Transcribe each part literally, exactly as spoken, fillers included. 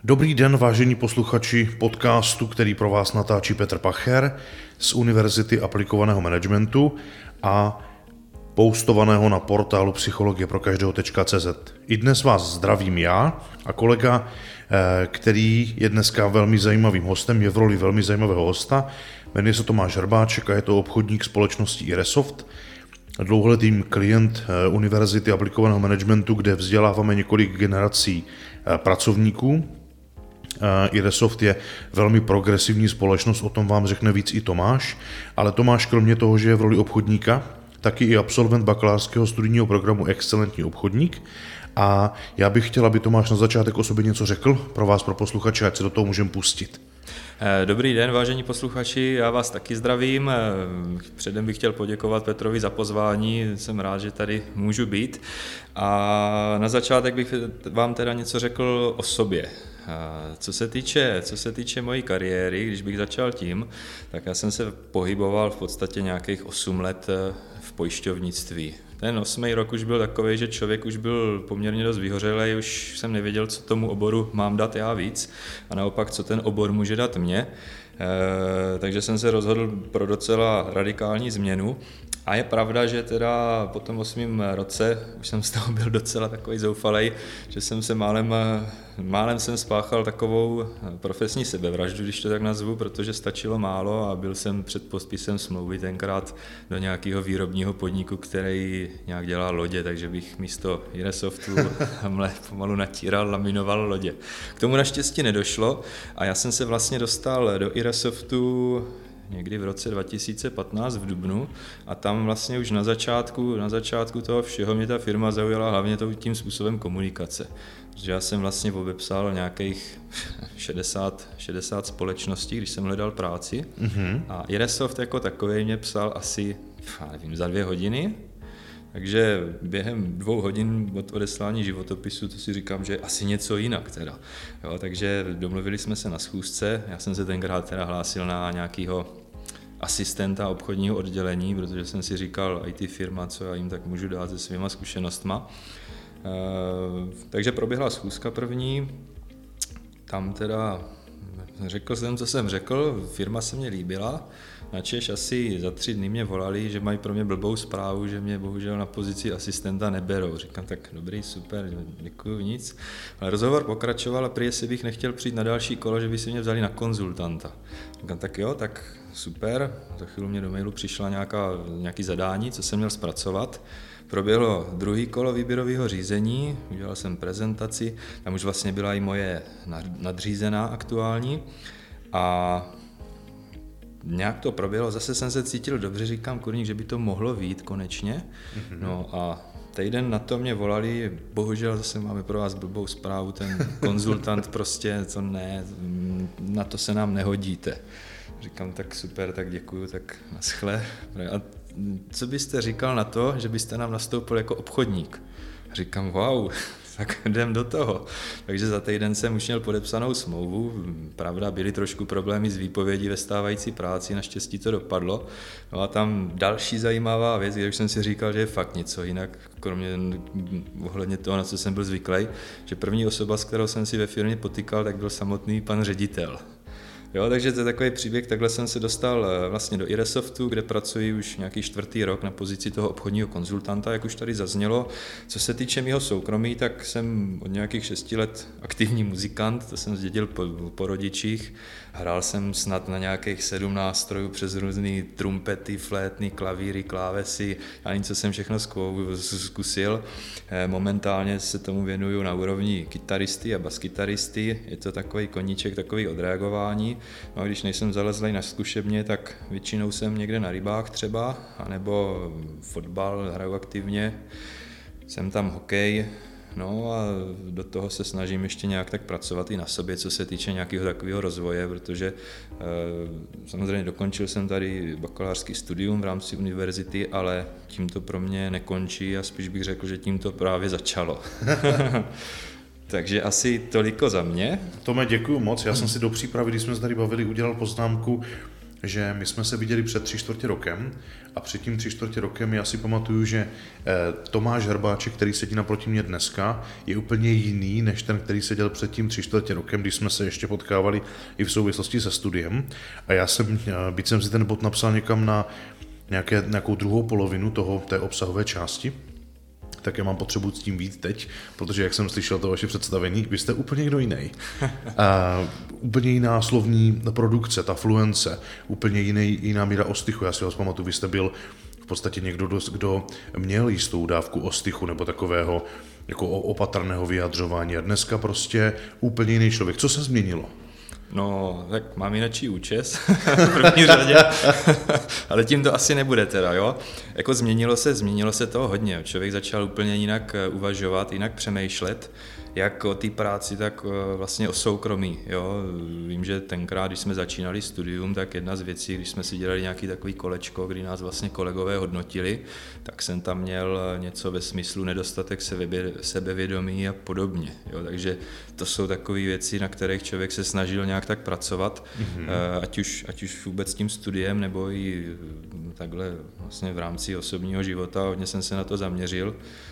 Dobrý den, vážení posluchači podcastu, který pro vás natáčí Petr Pacher z Univerzity aplikovaného managementu a postovaného na portálu psychologie pro každého tečka cé zet. I dnes vás zdravím já a kolega, který je dneska velmi zajímavým hostem, je v roli velmi zajímavého hosta, jmenuje se Tomáš Hrbáček a je to obchodník společnosti iResoft, dlouholetý klient Univerzity aplikovaného managementu, kde vzděláváme několik generací pracovníků. iResoft je velmi progresivní společnost, o tom vám řekne víc i Tomáš, ale Tomáš kromě toho, že je v roli obchodníka, taky i absolvent bakalářského studijního programu Excelentní obchodník. A já bych chtěl, aby Tomáš na začátek o sobě něco řekl pro vás, pro posluchače, ať se do toho můžeme pustit. Dobrý den, vážení posluchači, já vás taky zdravím. Předem bych chtěl poděkovat Petrovi za pozvání, jsem rád, že tady můžu být. A na začátek bych vám teda něco řekl o sobě. Co se týče, co se týče mojí kariéry, když bych začal tím, tak já jsem se pohyboval v podstatě nějakých osm let v pojišťovnictví. Ten osmý rok už byl takový, že člověk už byl poměrně dost vyhořelý, už jsem nevěděl, co tomu oboru mám dát já víc a naopak, co ten obor může dát mě. E, takže jsem se rozhodl pro docela radikální změnu. A je pravda, že teda po tom osmém roce už jsem z toho byl docela takový zoufalej, že jsem se málem, málem jsem spáchal takovou profesní sebevraždu, když to tak nazvu, protože stačilo málo a byl jsem před podpisem smlouvy tenkrát do nějakého výrobního podniku, který nějak dělá lodě, takže bych místo iResoftu hamle pomalu natíral, laminoval lodě. K tomu naštěstí nedošlo a já jsem se vlastně dostal do iResoftu někdy v roce dva tisíce patnáct v dubnu a tam vlastně už na začátku, na začátku toho všeho mě ta firma zaujala hlavně tím způsobem komunikace. Protože já jsem vlastně obepsal nějakých šedesát, šedesát společností, když jsem hledal práci mm-hmm. a iResoft jako takový mě psal asi, nevím, za dvě hodiny. Takže během dvou hodin od odeslání životopisu, to si říkám, že je asi něco jinak teda. Jo, takže domluvili jsme se na schůzce, já jsem se tenkrát teda hlásil na nějakého asistenta obchodního oddělení, protože jsem si říkal, í té firma, co já jim tak můžu dát se svýma zkušenostma. E, takže proběhla schůzka první, tam teda řekl jsem, co jsem řekl, firma se mě líbila, načež asi za tři dny mě volali, že mají pro mě blbou zprávu, že mě bohužel na pozici asistenta neberou. Říkám, tak dobrý, super, děkuju, nic. Ale rozhovor pokračoval a prý, jestli bych nechtěl přijít na další kolo, že by si mě vzali na konzultanta. Říkám, tak jo, tak super. Za chvíli mě do mailu přišla nějaká, nějaký zadání, co jsem měl zpracovat. Proběhlo druhý kolo výběrového řízení, udělal jsem prezentaci, tam už vlastně byla i moje nadřízená aktuální a nějak to proběhlo, zase jsem se cítil dobře, říkám kurník, že by to mohlo vyjít konečně. Mm-hmm. No a týden na to mě volali, bohužel zase máme pro vás blbou zprávu, ten konzultant prostě, to ne, na to se nám nehodíte. Říkám, tak super, tak děkuju, tak naschle. A co byste říkal na to, že byste nám nastoupil jako obchodník? Říkám, wow, tak jdem do toho. Takže za týden jsem už měl podepsanou smlouvu. Pravda, byly trošku problémy s výpovědí ve stávající práci, naštěstí to dopadlo. No a tam další zajímavá věc, kde už jsem si říkal, že je fakt něco jinak, kromě ohledně toho, na co jsem byl zvyklý, že první osoba, s kterou jsem si ve firmě potykal, tak byl samotný pan ředitel. Jo, takže to je takový příběh, takhle jsem se dostal vlastně do iResoftu, kde pracuji už nějaký čtvrtý rok na pozici toho obchodního konzultanta, jak už tady zaznělo. Co se týče mého soukromí, tak jsem od nějakých šesti let aktivní muzikant, to jsem zdědil po, po rodičích. Hrál jsem snad na nějakých sedm nástrojů přes různý trumpety, flétny, klavíry, klávesy, já nevím, co jsem všechno zkusil. Momentálně se tomu věnuju na úrovni kytaristy a baskytaristy, je to takový koníček, takový odreagování. No a když nejsem zalezlej na zkušebně, tak většinou jsem někde na rybách třeba, anebo fotbal, hraju aktivně, jsem tam hokej, no a do toho se snažím ještě nějak tak pracovat i na sobě, co se týče nějakého takového rozvoje, protože e, samozřejmě dokončil jsem tady bakalářský studium v rámci univerzity, ale tím to pro mě nekončí a spíš bych řekl, že tím to právě začalo. Takže asi toliko za mě. Tome, děkuju moc. Já jsem si do přípravy, když jsme se tady bavili, udělal poznámku, že my jsme se viděli před tři čtvrtě rokem a před tím tři čtvrtě rokem já si pamatuju, že Tomáš Hrbáček, který sedí naproti mě dneska, je úplně jiný než ten, který seděl před tím tři čtvrtě rokem, když jsme se ještě potkávali i v souvislosti se studiem. A já jsem, byť jsem si ten bod napsal někam na nějaké, nějakou druhou polovinu toho, té obsahové části, tak já mám potřebu s tím víc teď, protože jak jsem slyšel to vaše představení, vy jste úplně kdo jiný. A úplně jiná slovní produkce, ta fluence, úplně jiný, jiná míra ostychu. Já si vás pamatuju, vy jste byl v podstatě někdo, kdo měl jistou dávku ostychu nebo takového jako opatrného vyjadřování a dneska prostě úplně jiný člověk. Co se změnilo? No, tak mám jinačí účes v první řadě, ale tím to asi nebude teda, jo. Jako změnilo se, změnilo se to hodně. Člověk začal úplně jinak uvažovat, jinak přemýšlet, jak o té práci, tak vlastně o soukromí, jo. Vím, že tenkrát, když jsme začínali studium, tak jedna z věcí, když jsme si dělali nějaký takový kolečko, kdy nás vlastně kolegové hodnotili, tak jsem tam měl něco ve smyslu nedostatek sebevědomí a podobně, jo. Takže to jsou takové věci, na kterých člověk se snažil nějak tak pracovat, mm-hmm. ať už, ať už vůbec tím studiem, nebo i takhle vlastně v rámci osobního života, hodně jsem se na to zaměřil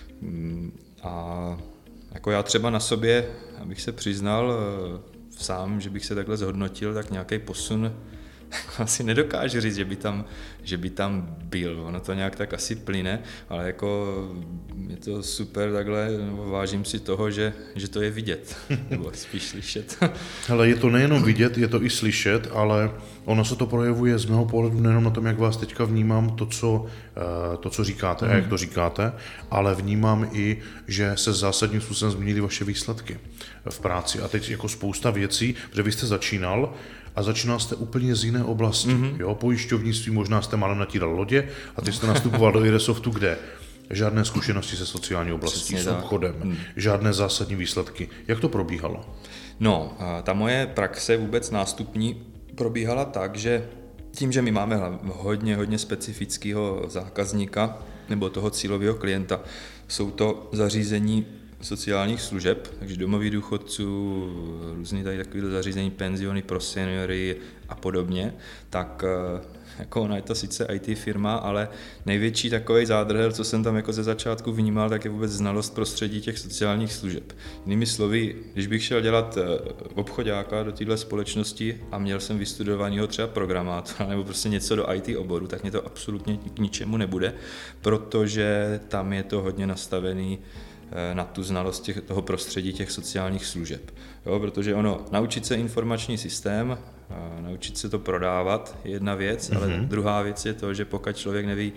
a jako já třeba na sobě, abych se přiznal sám, že bych se takhle zhodnotil, tak nějaký posun asi nedokážu říct, že by tam, že by tam byl. Ono to nějak tak asi plyne, ale jako je to super takhle, vážím si toho, že, že to je vidět, nebo spíš slyšet. Hele, je to nejenom vidět, je to i slyšet, ale ono se to projevuje z mého pohledu nejenom na tom, jak vás teďka vnímám, to, co, to, co říkáte mm. a jak to říkáte, ale vnímám i, že se zásadním způsobem změnily vaše výsledky v práci. A teď jako spousta věcí, protože vy jste začínal, a začínal jste úplně z jiné oblasti. Mm-hmm. Jo, pojišťovnictví, možná jste málem natíral lodě a teď jste nastupoval do Iresoftu, kde žádné zkušenosti se sociální oblastí, přesně s obchodem, mm. žádné zásadní výsledky. Jak to probíhalo? No, ta moje praxe vůbec nástupní probíhala tak, že tím, že my máme hodně, hodně specifického zákazníka nebo toho cílového klienta, jsou to zařízení sociálních služeb, takže domových důchodců, různý tady takovýhle zařízení, penziony pro seniory a podobně, tak jako ona je to sice í té firma, ale největší takový zádrhel, co jsem tam jako ze začátku vnímal, tak je vůbec znalost prostředí těch sociálních služeb. Jinými slovy, když bych šel dělat obchoďáka do téhle společnosti a měl jsem vystudovanýho třeba programátora nebo prostě něco do í té oboru, tak mě to absolutně k ničemu nebude, protože tam je to hodně nastavený na tu znalost těch, toho prostředí těch sociálních služeb. Jo, protože ono, naučit se informační systém, naučit se to prodávat je jedna věc, mm-hmm. ale druhá věc je to, že pokud člověk neví,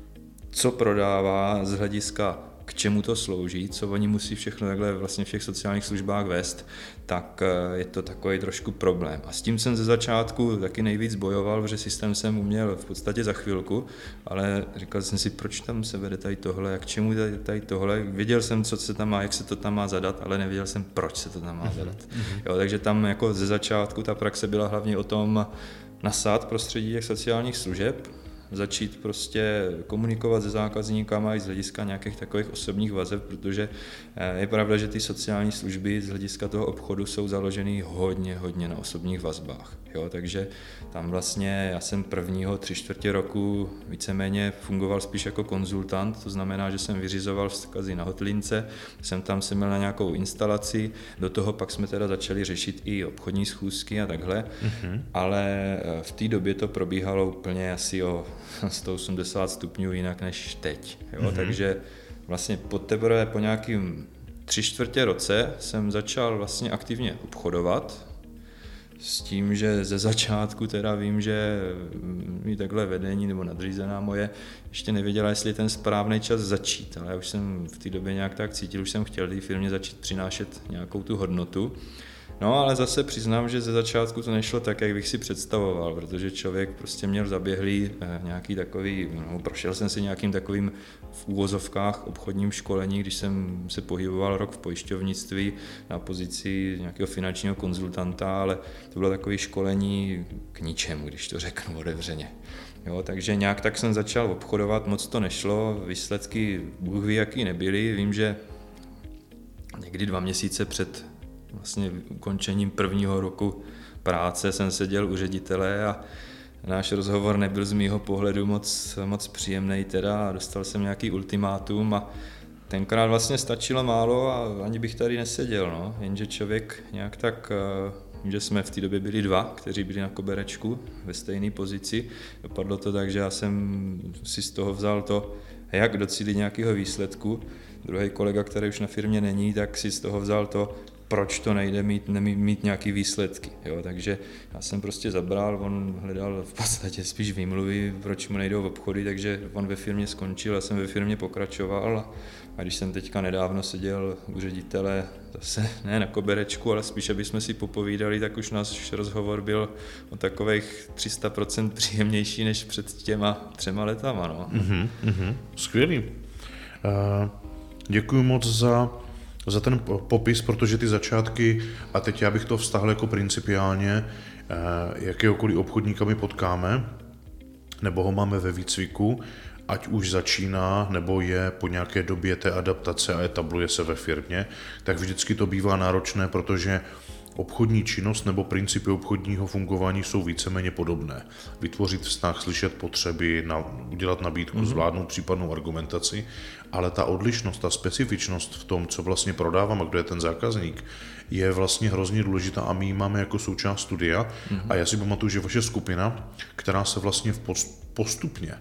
co prodává z hlediska, k čemu to slouží, co oni musí všechno takhle vlastně v těch sociálních službách vést, tak je to takový trošku problém. A s tím jsem ze začátku taky nejvíc bojoval, protože systém jsem uměl v podstatě za chvilku, ale říkal jsem si, proč tam se vede tady tohle, k čemu tady, tady tohle. Věděl jsem, co se tam má, jak se to tam má zadat, ale nevěděl jsem, proč se to tam má zadat. Mm-hmm. Jo, takže tam jako ze začátku ta praxe byla hlavně o tom nasát prostředí těch sociálních služeb, začít prostě komunikovat se zákazníkama i z hlediska nějakých takových osobních vazeb, protože je pravda, že ty sociální služby z hlediska toho obchodu jsou založeny hodně, hodně na osobních vazbách. Jo, takže tam vlastně já jsem prvního tři čtvrtě roku víceméně fungoval spíš jako konzultant, to znamená, že jsem vyřizoval vzkazy na hotlince, jsem tam se měl na nějakou instalaci, do toho pak jsme teda začali řešit i obchodní schůzky a takhle, mm-hmm. ale v té době to probíhalo úplně asi o sto osmdesát stupňů jinak než teď. Jo? Mm-hmm. Takže vlastně po teprve po nějakým tři čtvrtě roce jsem začal vlastně aktivně obchodovat s tím, že ze začátku teda vím, že mi takhle vedení nebo nadřízená moje ještě nevěděla, jestli ten správný čas začít, ale já už jsem v té době nějak tak cítil, už jsem chtěl té firmě začít přinášet nějakou tu hodnotu. No ale zase přiznám, že ze začátku to nešlo tak, jak bych si představoval, protože člověk prostě měl zaběhlý nějaký takový, no, prošel jsem si nějakým takovým v úvozovkách obchodním školení, když jsem se pohyboval rok v pojišťovnictví na pozici nějakého finančního konzultanta, ale to bylo takové školení k ničemu, když to řeknu otevřeně. Jo, takže nějak tak jsem začal obchodovat, moc to nešlo, výsledky Bůh ví jaký nebyly, vím, že někdy dva měsíce před vlastně ukončením prvního roku práce jsem seděl u ředitele a náš rozhovor nebyl z mýho pohledu moc, moc příjemný teda a dostal jsem nějaký ultimátum a tenkrát vlastně stačilo málo a ani bych tady neseděl, no. Jenže člověk nějak tak, že jsme v té době byli dva, kteří byli na koberečku ve stejné pozici. Dopadlo to tak, že já jsem si z toho vzal to, jak docílit nějakého výsledku. Druhý kolega, který už na firmě není, tak si z toho vzal to, proč to nejde mít, nemít, mít nějaký výsledky. Jo? Takže já jsem prostě zabral, on hledal v podstatě spíš výmluvy, proč mu nejdou v obchody, takže on ve firmě skončil, já jsem ve firmě pokračoval a, a když jsem teďka nedávno seděl u ředitele, zase ne na koberečku, ale spíš, aby jsme si popovídali, tak už náš rozhovor byl o takových tři sta procent příjemnější než před těma třema letama. No. Mm-hmm, mm-hmm. Skvělý. Uh, děkuji moc za za ten popis, protože ty začátky, a teď já bych to vztahl jako principiálně, jakéhokoliv obchodníka my potkáme, nebo ho máme ve výcviku, ať už začíná, nebo je po nějaké době té adaptace a etabluje se ve firmě, tak vždycky to bývá náročné, protože obchodní činnost nebo principy obchodního fungování jsou víceméně podobné. Vytvořit vztah, slyšet potřeby, na, udělat nabídku, mm-hmm. zvládnout případnou argumentaci, ale ta odlišnost, ta specifičnost v tom, co vlastně prodávám a kdo je ten zákazník, je vlastně hrozně důležitá a my ji máme jako součást studia. Mm-hmm. A já si pamatuju, že vaše skupina, která se vlastně v postupně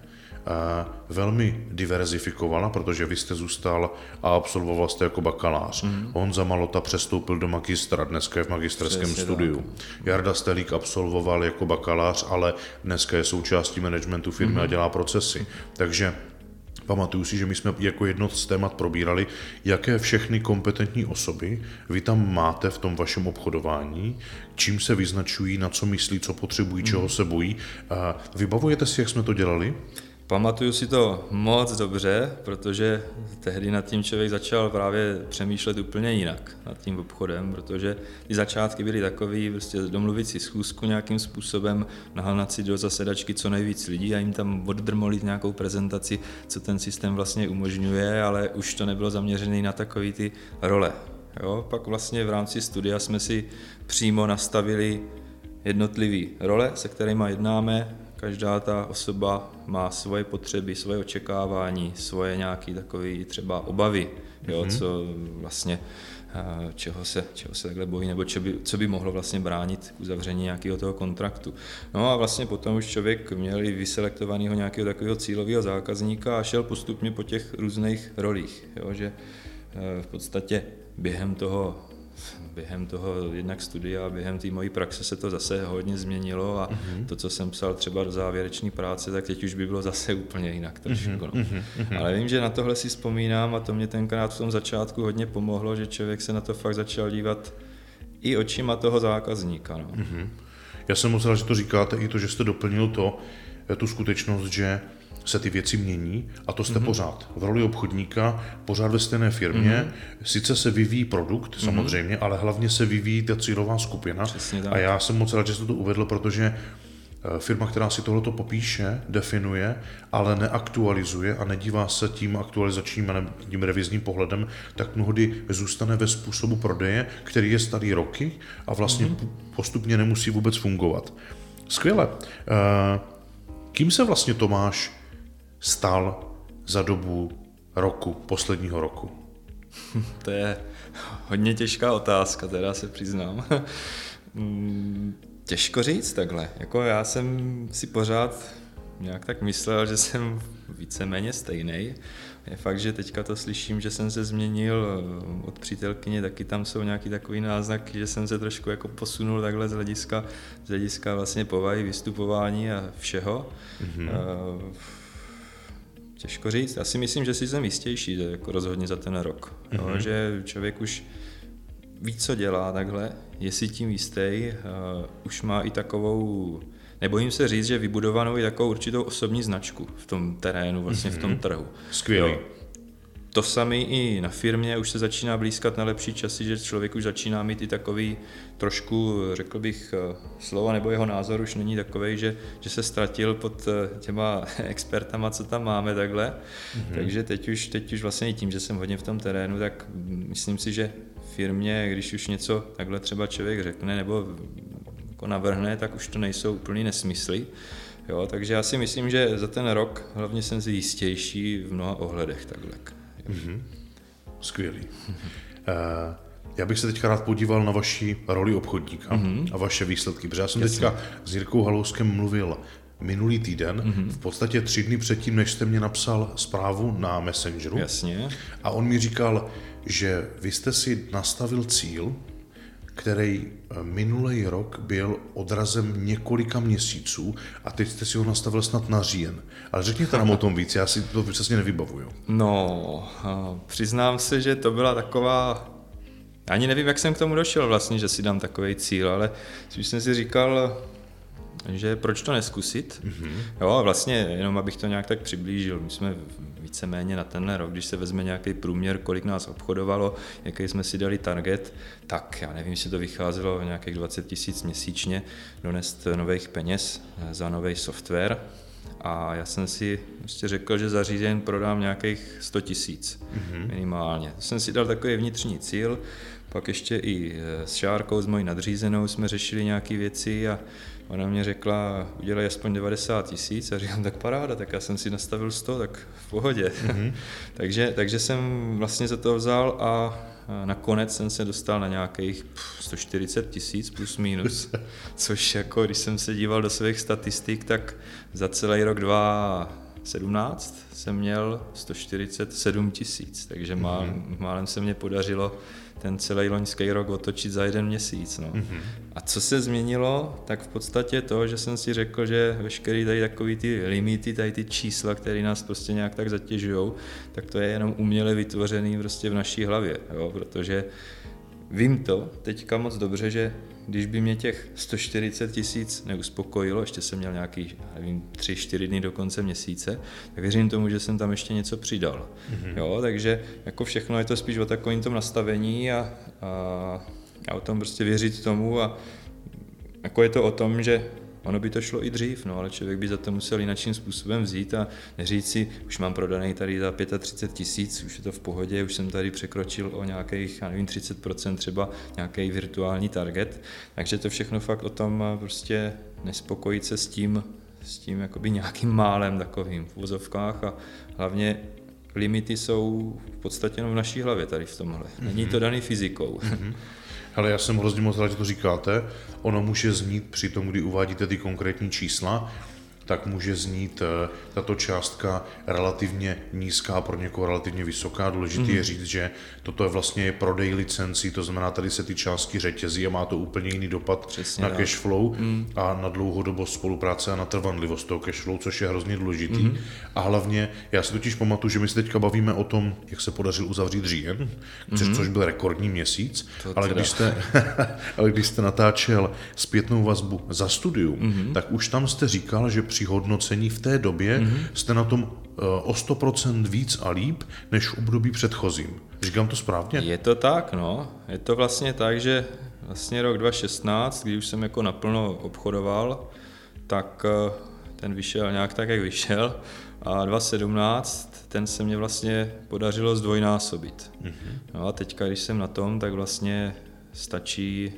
velmi diverzifikovala, protože vy jste zůstal a absolvoval jste jako bakalář. Mm. Honza Malota přestoupil do magistra, dneska je v magisterském Přesně studiu. Tak. Jarda Stelík absolvoval jako bakalář, ale dneska je součástí managementu firmy mm. a dělá procesy. Takže pamatuju si, že my jsme jako jedno z témat probírali, jaké všechny kompetentní osoby vy tam máte v tom vašem obchodování, čím se vyznačují, na co myslí, co potřebují, mm. čeho se bojí. Vybavujete si, jak jsme to dělali? Pamatuju si to moc dobře, protože tehdy nad tím člověk začal právě přemýšlet úplně jinak nad tím obchodem, protože ty začátky byly takový, prostě domluvit si schůzku nějakým způsobem, nahnat si do zasedačky co nejvíc lidí a jim tam oddrmolit nějakou prezentaci, co ten systém vlastně umožňuje, ale už to nebylo zaměřené na takové ty role. Jo? Pak vlastně v rámci studia jsme si přímo nastavili jednotlivé role, se kterými jednáme. Každá ta osoba má svoje potřeby, svoje očekávání, svoje nějaké takové třeba obavy, jo, mm-hmm. co vlastně, čeho se, čeho se takhle bojí, nebo čo by, co by mohlo vlastně bránit k uzavření nějakého toho kontraktu. No a vlastně potom už člověk měl i vyselektovaného nějakého takového cílového zákazníka a šel postupně po těch různých rolích, jo, že v podstatě během toho Během toho jednak studia a během té mojí praxe se to zase hodně změnilo a mm-hmm. to, co jsem psal třeba do závěrečné práce, tak teď už by bylo zase úplně jinak trošku. Mm-hmm. No. Mm-hmm. Ale vím, že na tohle si vzpomínám a to mě tenkrát v tom začátku hodně pomohlo, že člověk se na to fakt začal dívat i očima toho zákazníka. No. Mm-hmm. Já jsem moc rád, že to říkáte, i to, že jste doplnil to, tu skutečnost, že se ty věci mění a to jste mm-hmm. pořád v roli obchodníka, pořád ve stejné firmě, mm-hmm. sice se vyvíjí produkt mm-hmm. samozřejmě, ale hlavně se vyvíjí ta cílová skupina a já jsem moc rád, že jste to uvedl, protože firma, která si tohleto popíše, definuje, ale neaktualizuje a nedívá se tím aktualizačním a tím revizním pohledem, tak mnohdy zůstane ve způsobu prodeje, který je starý roky a vlastně mm-hmm. postupně nemusí vůbec fungovat. Skvěle. Kým se vlastně Tomáš stal za dobu roku, posledního roku? To je hodně těžká otázka, teda se přiznám. Těžko říct takhle. Jako já jsem si pořád nějak tak myslel, že jsem víceméně stejnej. Je fakt, že teďka to slyším, že jsem se změnil od přítelkyně, taky tam jsou nějaký takový náznaky, že jsem se trošku jako posunul takhle z hlediska, z hlediska vlastně povahy, vystupování a všeho. Mm-hmm. Těžko říct. Já si myslím, že si jsem jistější jako rozhodně za ten rok. Mm-hmm. Jo, že člověk už ví, co dělá takhle, je si tím jistý, uh, už má i takovou, nebojím se říct, že vybudovanou i takovou určitou osobní značku v tom terénu, vlastně mm-hmm. v tom trhu. Skvělý. Jo. To samé i na firmě už se začíná blízkat na lepší časy, že člověk už začíná mít i takový trošku, řekl bych, slova nebo jeho názor už není takovej, že, že se ztratil pod těma expertama, co tam máme takhle. Mm-hmm. Takže teď už, teď už vlastně i tím, že jsem hodně v tom terénu, tak myslím si, že v firmě, když už něco takhle třeba člověk řekne nebo jako navrhne, tak už to nejsou úplný nesmysly. Jo, takže já si myslím, že za ten rok hlavně jsem si jistější v mnoha ohledech takhle. Mm-hmm. Skvělý. Mm-hmm. Uh, já bych se teďka rád podíval na vaši roli obchodníka mm-hmm. a vaše výsledky, protože já jsem Jasně. teďka s Jirkou Halouskem mluvil minulý týden, mm-hmm. v podstatě tři dny předtím, než jste mě napsal zprávu na Messengeru. Jasně. A on mi říkal, že vy jste si nastavil cíl, který minulý rok byl odrazem několika měsíců a teď jste si ho nastavil snad na říjen. Ale řekněte nám o tom víc, já si to přesně nevybavuju. No, přiznám se, že to byla taková... Ani nevím, jak jsem k tomu došel vlastně, že si dám takový cíl, ale spíš jsem si říkal, že proč to neskusit. Mm-hmm. Jo, a vlastně jenom abych to nějak tak přiblížil, my jsme víceméně na tenhle rok, když se vezme nějaký průměr, kolik nás obchodovalo, jaký jsme si dali target, tak já nevím, jestli to vycházelo nějakých dvacet tisíc měsíčně donést nových peněz za nový software. A já jsem si prostě řekl, že za říjen prodám nějakých sto tisíc mm-hmm. minimálně. To jsem si dal takový vnitřní cíl, pak ještě i s Šárkou, s mojí nadřízenou, jsme řešili nějaké věci a ona mě řekla, udělej aspoň devadesát tisíc a říkám, tak paráda, tak já jsem si nastavil sto, tak v pohodě. Mm-hmm. takže, takže jsem vlastně za to vzal a nakonec jsem se dostal na nějakých sto čtyřicet tisíc plus minus, což jako když jsem se díval do svých statistik, tak za celý rok dva tisíce sedmnáct jsem měl sto čtyřicet sedm tisíc, takže má, mm-hmm. málem se mě podařilo ten celý loňský rok otočit za jeden měsíc. No. Mm-hmm. A co se změnilo, tak v podstatě to, že jsem si řekl, že veškerý tady takový ty limity, tady ty čísla, které nás prostě nějak tak zatěžujou, tak to je jenom uměle vytvořený prostě v naší hlavě, jo? Protože vím to teďka moc dobře, že když by mě těch sto čtyřicet tisíc neuspokojilo, ještě jsem měl nějaký, nevím, tři čtyři dny do konce měsíce, tak věřím tomu, že jsem tam ještě něco přidal. Mm-hmm. Jo, takže jako všechno je to spíš o takovém tom nastavení a, a, a o tom prostě věřit tomu a jako je to o tom, že ono by to šlo i dřív, no, ale člověk by za to musel jinakým způsobem vzít a neříct si, už mám prodaný tady za třicet pět tisíc, už je to v pohodě, už jsem tady překročil o nějakých, já nevím, třicet procent třeba nějaký virtuální target, takže to všechno fakt o tom prostě nespokojit se s tím, s tím jakoby nějakým málem takovým v uvozovkách a hlavně limity jsou v podstatě jenom v naší hlavě tady v tomhle. Není to daný fyzikou. Mm-hmm. Ale já jsem hrozně moc rád, že to říkáte. Ono může znít při tom, kdy uvádíte ty konkrétní čísla, tak může znít tato částka relativně nízká, pro někoho relativně vysoká. Důležité mm. je říct, že toto je vlastně prodej licencí, to znamená, tady se ty částky řetězí a má to úplně jiný dopad Přesně, na cash flow mm. a na dlouhodobost spolupráce a na trvanlivost toho cash flow, což je hrozně důležitý. Mm. A hlavně, já si totiž pamatuju, že my se teďka bavíme o tom, jak se podařil uzavřít říjen, mm. což byl rekordní měsíc, ale když, jste, ale když jste natáčel zpětnou vazbu za studium, mm. tak už tam jste říkal, že při hodnocení v té době mm-hmm. jste na tom uh, o sto procent víc a líp než v období předchozím. Říkám to správně? Je to tak, no. Je to vlastně tak, že vlastně rok dva tisíce šestnáct, když už jsem jako naplno obchodoval, tak uh, ten vyšel nějak tak, jak vyšel. A dva tisíce sedmnáct, ten se mě vlastně podařilo zdvojnásobit. Mm-hmm. No a teďka, když jsem na tom, tak vlastně stačí,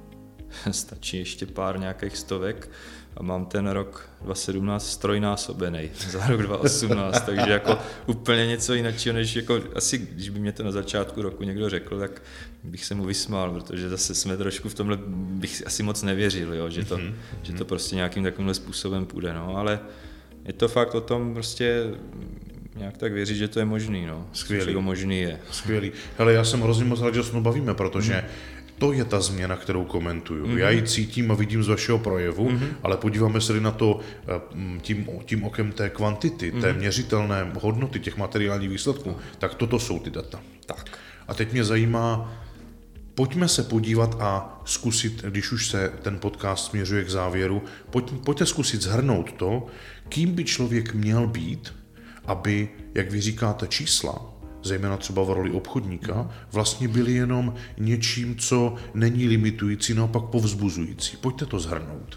stačí ještě pár nějakých stovek, a mám ten rok dva tisíce sedmnáct strojnásobený za rok dva tisíce osmnáct, takže jako úplně něco jiného, než jako asi, když by mě to na začátku roku někdo řekl, tak bych se mu vysmál, protože zase jsme trošku v tomhle, bych asi moc nevěřil, jo, že, to, mm-hmm. že to prostě nějakým takovýmhle způsobem půjde, no, ale je to fakt o tom prostě nějak tak věřit, že to je možný, no. Skvělý. Což možný je. Skvělý. Hele, já jsem hrozně moc rád, že se bavíme, protože mm. to je ta změna, kterou komentuju. Mm-hmm. Já ji cítím a vidím z vašeho projevu, mm-hmm. ale podíváme se na to tím, tím okem té kvantity, mm-hmm. té měřitelné hodnoty těch materiálních výsledků, tak toto jsou ty data. Tak. A teď mě zajímá, pojďme se podívat a zkusit, když už se ten podcast směřuje k závěru, pojď, pojďte zkusit shrnout to, kým by člověk měl být, aby, jak vy říkáte, čísla, zejména třeba v roli obchodníka, vlastně byly jenom něčím, co není limitující, naopak povzbuzující. Pojďte to shrnout.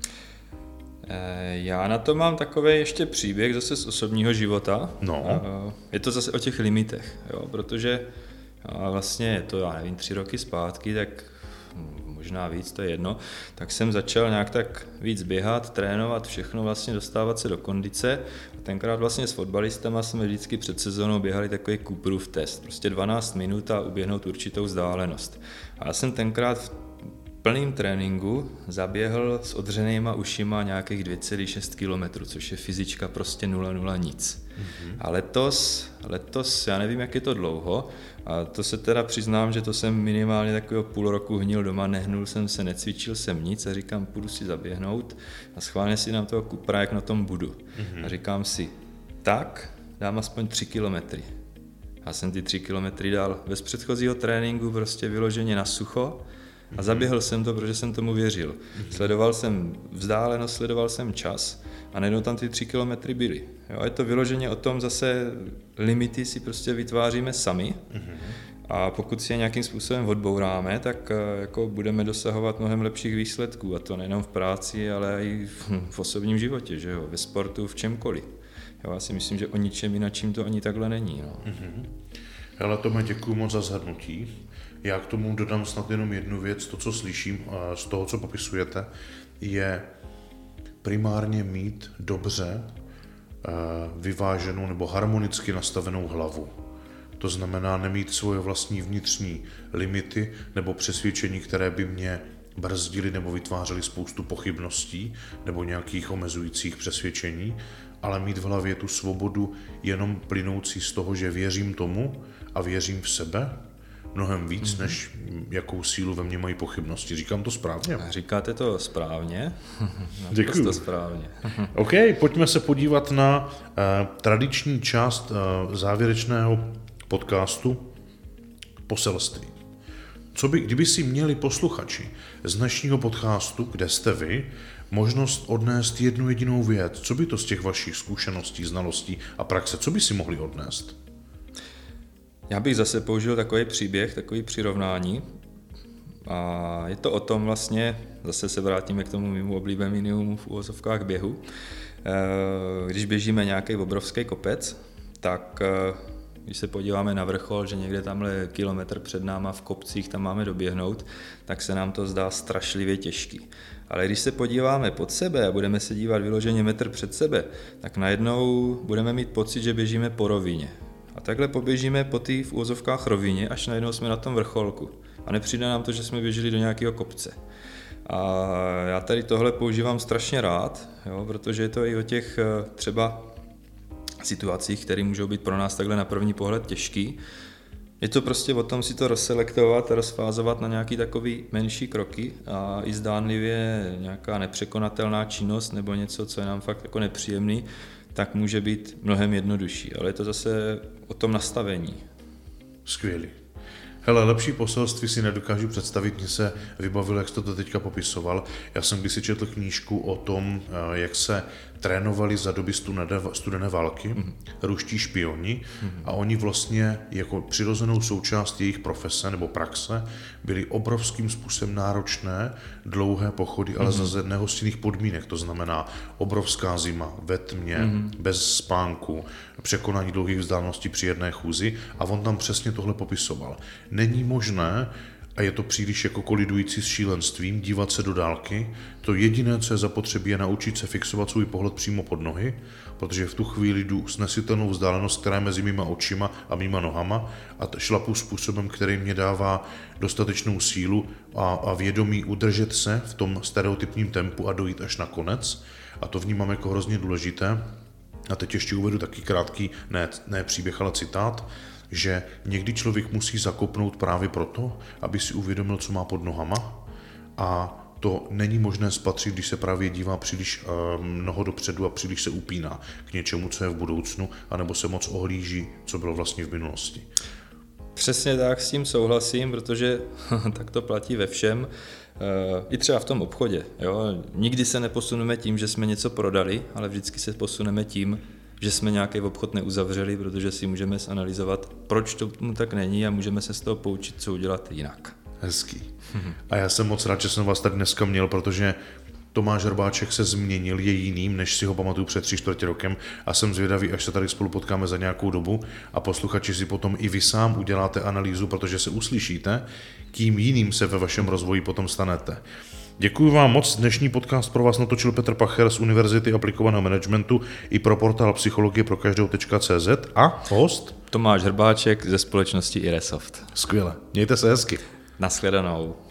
Já na to mám takový ještě příběh zase z osobního života. No. Je to zase o těch limitech, jo, protože vlastně je to, já nevím, tři roky zpátky, tak možná víc, to je jedno, tak jsem začal nějak tak víc běhat, trénovat, všechno vlastně dostávat se do kondice. A tenkrát vlastně s fotbalistama jsme vždycky před sezónou běhali takový Cooperův test, prostě dvanáct minut a uběhnout určitou vzdálenost. A já jsem tenkrát v plným tréninku zaběhl s odřenýma ušima nějakých dvě celá šest kilometrů, což je fyzička prostě nula nula nic. Mm-hmm. A letos, letos, já nevím, jak je to dlouho, a to se teda přiznám, že to jsem minimálně takového půl roku hnil doma, nehnul jsem se, necvičil jsem nic a říkám, půjdu si zaběhnout a schválně si dám toho Coopera, jak na tom budu. Mm-hmm. A říkám si, tak dám aspoň tři kilometry. Já jsem ty tři kilometry dal bez předchozího tréninku prostě vyloženě na sucho a zaběhl jsem to, protože jsem tomu věřil. Sledoval jsem vzdálenost, sledoval jsem čas a najednou tam ty tři kilometry byly. Jo, je to vyloženě o tom, zase limity si prostě vytváříme sami a pokud si je nějakým způsobem odbouráme, tak jako budeme dosahovat mnohem lepších výsledků a to nejenom v práci, ale i v osobním životě, že jo, ve sportu, v čemkoliv. Jo, já si myslím, že o ničem jinačím to ani takhle není. No. Mm-hmm. Hele, Tome, děkuju moc za shrnutí. Já k tomu dodám snad jenom jednu věc, to, co slyším z toho, co popisujete, je primárně mít dobře vyváženou nebo harmonicky nastavenou hlavu. To znamená nemít svoje vlastní vnitřní limity nebo přesvědčení, které by mě brzdili nebo vytvářely spoustu pochybností nebo nějakých omezujících přesvědčení, ale mít v hlavě tu svobodu jenom plynoucí z toho, že věřím tomu a věřím v sebe, mnohem víc, mm-hmm. než jakou sílu ve mně mají pochybnosti. Říkám to správně? Říkáte to správně. Děkuju. To správně. OK, pojďme se podívat na uh, tradiční část uh, závěrečného podcastu poselství. Co by, kdyby si měli posluchači z dnešního podcastu, kde jste vy, možnost odnést jednu jedinou věc, co by to z těch vašich zkušeností, znalostí a praxe, co by si mohli odnést? Já bych zase použil takový příběh, takový přirovnání. A je to o tom vlastně, zase se vrátíme k tomu mému oblíbenému v uvozovkách běhu. Když běžíme nějaký obrovský kopec, tak když se podíváme na vrchol, že někde tamhle kilometr před náma v kopcích tam máme doběhnout, tak se nám to zdá strašlivě těžký. Ale když se podíváme pod sebe a budeme se dívat vyloženě metr před sebe, tak najednou budeme mít pocit, že běžíme po rovině. A takhle poběžíme po té v úvozovkách rovině, až najednou jsme na tom vrcholku. A nepřijde nám to, že jsme běželi do nějakého kopce. A já tady tohle používám strašně rád, jo, protože je to i o těch třeba situacích, které můžou být pro nás takhle na první pohled těžký. Je to prostě o tom si to rozselektovat a rozfázovat na nějaký takový menší kroky a i zdánlivě nějaká nepřekonatelná činnost nebo něco, co je nám fakt jako nepříjemný, tak může být mnohem jednodušší, ale je to zase o tom nastavení. Skvělý. Hele, lepší poselství si nedokážu představit, mně se vybavilo, jak jsi to teďka popisoval. Já jsem kdysi četl knížku o tom, jak se trénovali za doby studené války, mm. ruští špioni mm. a oni vlastně jako přirozenou součást jejich profese nebo praxe byli obrovským způsobem náročné, dlouhé pochody, ale mm. za nehostinných podmínek, to znamená obrovská zima, ve tmě, mm. bez spánku, překonání dlouhých vzdáleností při jedné chůzi a on tam přesně tohle popisoval. Není možné, a je to příliš jako kolidující s šílenstvím, dívat se do dálky. To jediné, co je zapotřebí, je naučit se fixovat svůj pohled přímo pod nohy, protože v tu chvíli jdu snesitelnou vzdálenost, která je mezi mýma očima a mýma nohama a šlapu způsobem, který mě dává dostatečnou sílu a, a vědomí udržet se v tom stereotypním tempu a dojít až na konec. A to vnímám jako hrozně důležité. A teď ještě uvedu taky krátký, ne, ne příběh, ale citát, že někdy člověk musí zakopnout právě proto, aby si uvědomil, co má pod nohama a to není možné spatřit, když se právě dívá příliš uh, mnoho dopředu a příliš se upíná k něčemu, co je v budoucnu, anebo se moc ohlíží, co bylo vlastně v minulosti. Přesně tak, s tím souhlasím, protože tak to platí ve všem, uh, i třeba v tom obchodě. Jo? Nikdy se neposuneme tím, že jsme něco prodali, ale vždycky se posuneme tím, že jsme nějaký obchod neuzavřeli, protože si můžeme zanalyzovat, proč to tak není a můžeme se z toho poučit, co udělat jinak. Hezký. A já jsem moc rád, že jsem vás tak dneska měl, protože Tomáš Hrbáček se změnil, je jiným, než si ho pamatuju před tři čtvrtě rokem a jsem zvědavý, až se tady spolu potkáme za nějakou dobu a posluchači si potom i vy sám uděláte analýzu, protože se uslyšíte, kým jiným se ve vašem rozvoji potom stanete. Děkuji vám moc, dnešní podcast pro vás natočil Petr Pacher z Univerzity aplikovaného managementu i pro portál psychologie pro každého tečka cé zet a host Tomáš Hrbáček ze společnosti Iresoft. Skvěle, mějte se hezky. Naschledanou.